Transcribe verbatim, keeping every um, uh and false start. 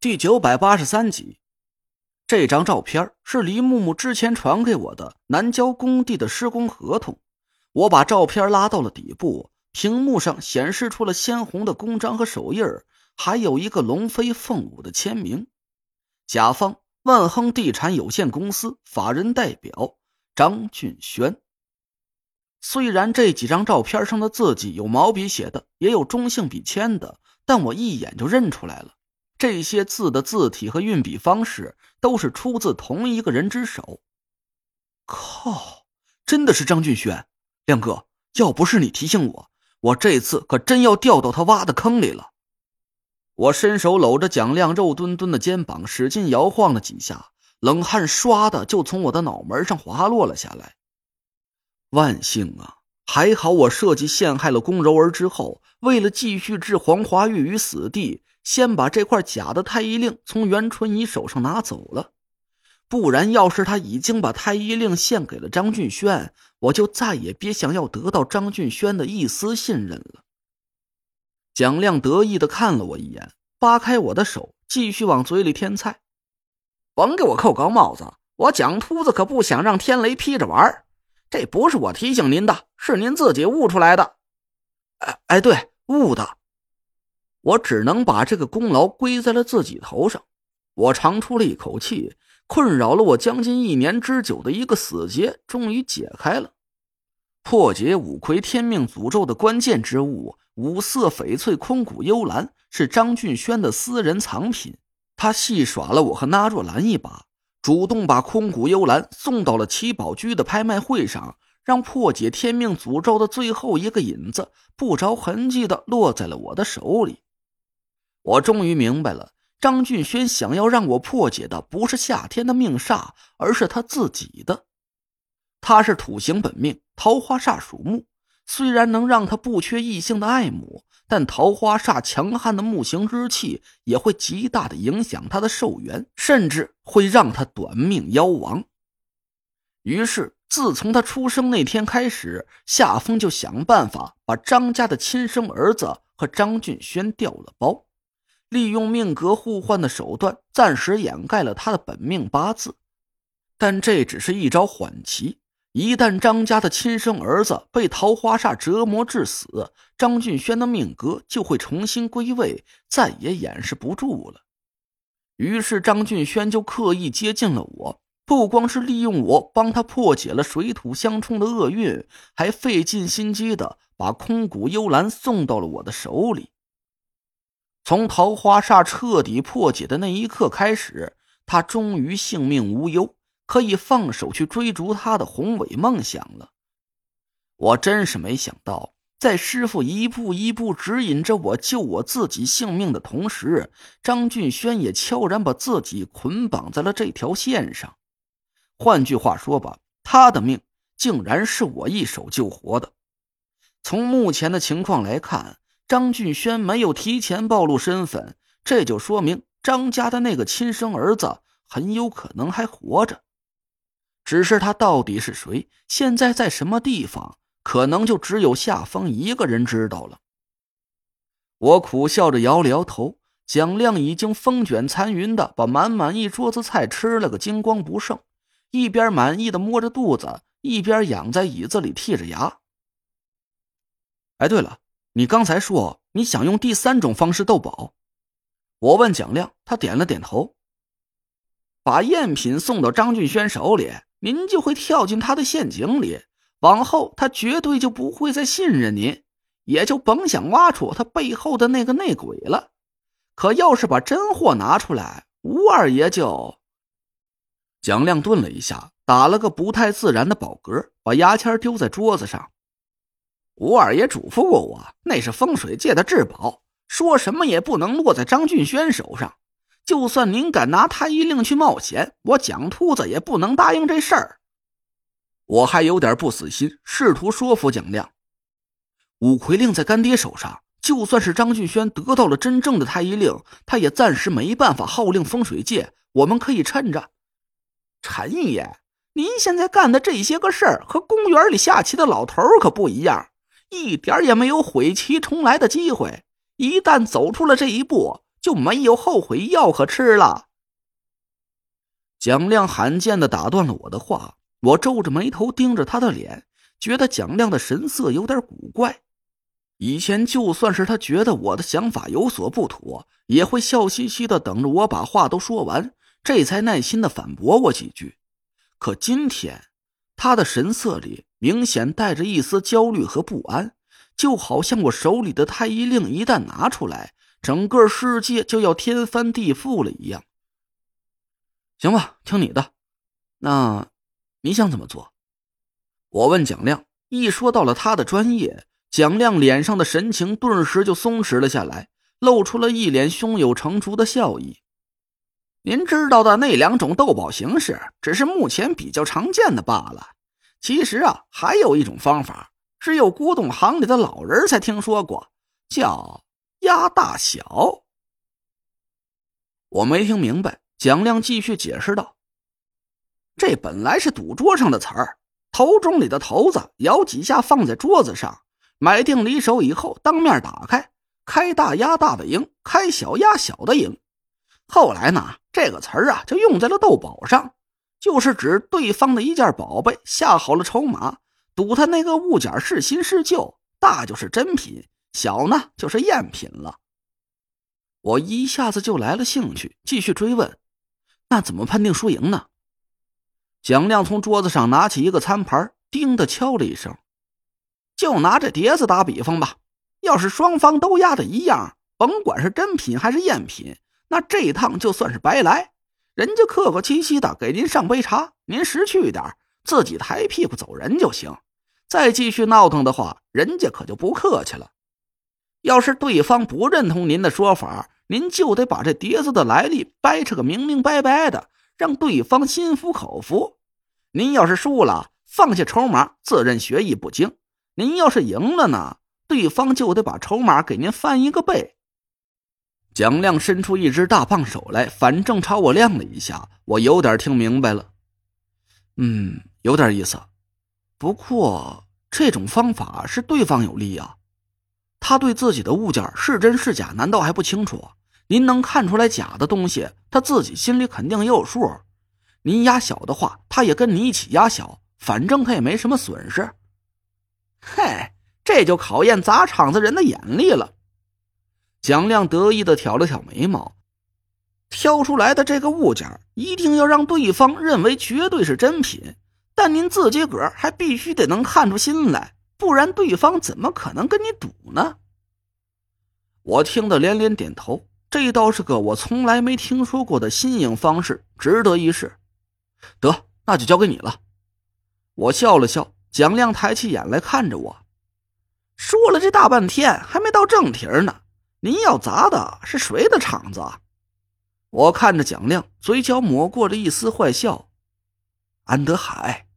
第九百八十三集，这张照片是黎木木之前传给我的南郊工地的施工合同。我把照片拉到了底部，屏幕上显示出了鲜红的公章和手印，还有一个龙飞凤舞的签名。甲方万亨地产有限公司法人代表张俊轩。虽然这几张照片上的字迹有毛笔写的，也有中性笔签的，但我一眼就认出来了。这些字的字体和运笔方式都是出自同一个人之手。靠，真的是张俊轩！亮哥，要不是你提醒我，我这次可真要掉到他挖的坑里了。我伸手搂着蒋亮肉墩墩的肩膀，使劲摇晃了几下，冷汗唰的就从我的脑门上滑落了下来。万幸啊，还好我设计陷害了龚柔儿之后，为了继续置黄华玉于死地，先把这块假的太医令从袁春怡手上拿走了。不然要是他已经把太医令献给了张俊轩，我就再也别想要得到张俊轩的一丝信任了。蒋亮得意地看了我一眼，扒开我的手，继续往嘴里添菜。甭给我扣高帽子，我蒋秃子可不想让天雷劈着玩，这不是我提醒您的，是您自己悟出来的。哎哎，对，悟的。我只能把这个功劳归在了自己头上。我长出了一口气，困扰了我将近一年之久的一个死结终于解开了。破解五魁天命诅咒的关键之物五色翡翠空谷幽兰是张俊轩的私人藏品，他戏耍了我和那若兰一把，主动把空谷幽兰送到了奇宝居的拍卖会上，让破解天命诅咒的最后一个引子不着痕迹地落在了我的手里。我终于明白了，张俊轩想要让我破解的不是夏天的命煞，而是他自己的。他是土行本命，桃花煞属木，虽然能让他不缺异性的爱慕，但桃花煞强悍的木行之气也会极大的影响他的寿元，甚至会让他短命夭亡。于是自从他出生那天开始，夏风就想办法把张家的亲生儿子和张俊轩调了包，利用命格互换的手段暂时掩盖了他的本命八字。但这只是一招缓期，一旦张家的亲生儿子被桃花煞折磨致死，张俊轩的命格就会重新归位，再也掩饰不住了。于是张俊轩就刻意接近了我，不光是利用我帮他破解了水土相冲的厄运，还费尽心机的把空谷幽兰送到了我的手里。从桃花煞彻底破解的那一刻开始，他终于性命无忧，可以放手去追逐他的宏伟梦想了。我真是没想到，在师父一步一步指引着我救我自己性命的同时，张俊轩也悄然把自己捆绑在了这条线上。换句话说吧，他的命竟然是我一手救活的。从目前的情况来看，张俊轩没有提前暴露身份，这就说明张家的那个亲生儿子很有可能还活着。只是他到底是谁，现在在什么地方，可能就只有夏风一个人知道了。我苦笑着摇了摇头，蒋亮已经风卷残云的把满满一桌子菜吃了个精光不剩，一边满意的摸着肚子，一边仰在椅子里剔着牙。哎，对了，你刚才说你想用第三种方式斗宝。我问蒋亮，他点了点头。把赝品送到张俊轩手里，您就会跳进他的陷阱里，往后他绝对就不会再信任您，也就甭想挖出他背后的那个内鬼了。可要是把真货拿出来，吴二爷就……蒋亮顿了一下，打了个不太自然的饱嗝，把牙签丢在桌子上。吴二爷嘱咐过我，那是风水界的至宝，说什么也不能落在张俊轩手上。就算您敢拿太医令去冒险，我蒋秃子也不能答应这事儿。我还有点不死心，试图说服蒋亮。五魁令在干爹手上，就算是张俊轩得到了真正的太医令，他也暂时没办法号令风水界，我们可以趁着。陈爷，您现在干的这些个事儿和公园里下棋的老头可不一样，一点也没有悔棋重来的机会。一旦走出了这一步， 就没有后悔药可吃了。蒋亮罕见地打断了我的话，我皱着眉头盯着他的脸，觉得蒋亮的神色有点古怪。以前就算是他觉得我的想法有所不妥，也会笑嘻嘻地等着我把话都说完，这才耐心地反驳我几句。可今天他的神色里明显带着一丝焦虑和不安，就好像我手里的太医令一旦拿出来，整个世界就要天翻地覆了一样。行吧，听你的。那你想怎么做？我问蒋亮。一说到了他的专业，蒋亮脸上的神情顿时就松弛了下来，露出了一脸胸有成竹的笑意。您知道的那两种斗宝形式只是目前比较常见的罢了，其实啊，还有一种方法，只有古董行里的老人才听说过，叫压大小。我没听明白，蒋亮继续解释道：这本来是赌桌上的词儿，头中里的骰子摇几下放在桌子上，买定离手以后当面打开，开大压大的赢，开小压小的赢。后来呢，这个词儿啊就用在了斗宝上，就是指对方的一件宝贝下好了筹码，赌他那个物件是新是旧，大就是真品，小呢就是赝品了。我一下子就来了兴趣，继续追问：那怎么判定输赢呢？蒋亮从桌子上拿起一个餐盘，叮地敲了一声。就拿这碟子打比方吧，要是双方都压的一样，甭管是真品还是赝品，那这一趟就算是白来。人家客客气气的给您上杯茶，您识趣一点，自己抬屁股走人就行。再继续闹腾的话，人家可就不客气了。要是对方不认同您的说法，您就得把这碟子的来历掰扯个明明白白的，让对方心服口服。您要是输了，放下筹码，自认学艺不精；您要是赢了呢，对方就得把筹码给您翻一个倍。蒋亮伸出一只大胖手来，反正朝我亮了一下，我有点听明白了。嗯，有点意思。不过这种方法是对方有利啊。他对自己的物件是真是假难道还不清楚？您能看出来假的东西，他自己心里肯定也有数。您压小的话，他也跟你一起压小，反正他也没什么损失。嘿，这就考验砸场子人的眼力了。蒋亮得意地挑了挑眉毛，挑出来的这个物件一定要让对方认为绝对是真品，但您自己个儿还必须得能看出心来，不然对方怎么可能跟你赌呢？我听得连连点头，这倒是个我从来没听说过的新颖方式，值得一试。得，那就交给你了。我笑了笑，蒋亮抬起眼来看着我，说了这大半天还没到正题呢，您要砸的是谁的场子啊？我看着蒋亮，嘴角抹过了一丝坏笑。安德海。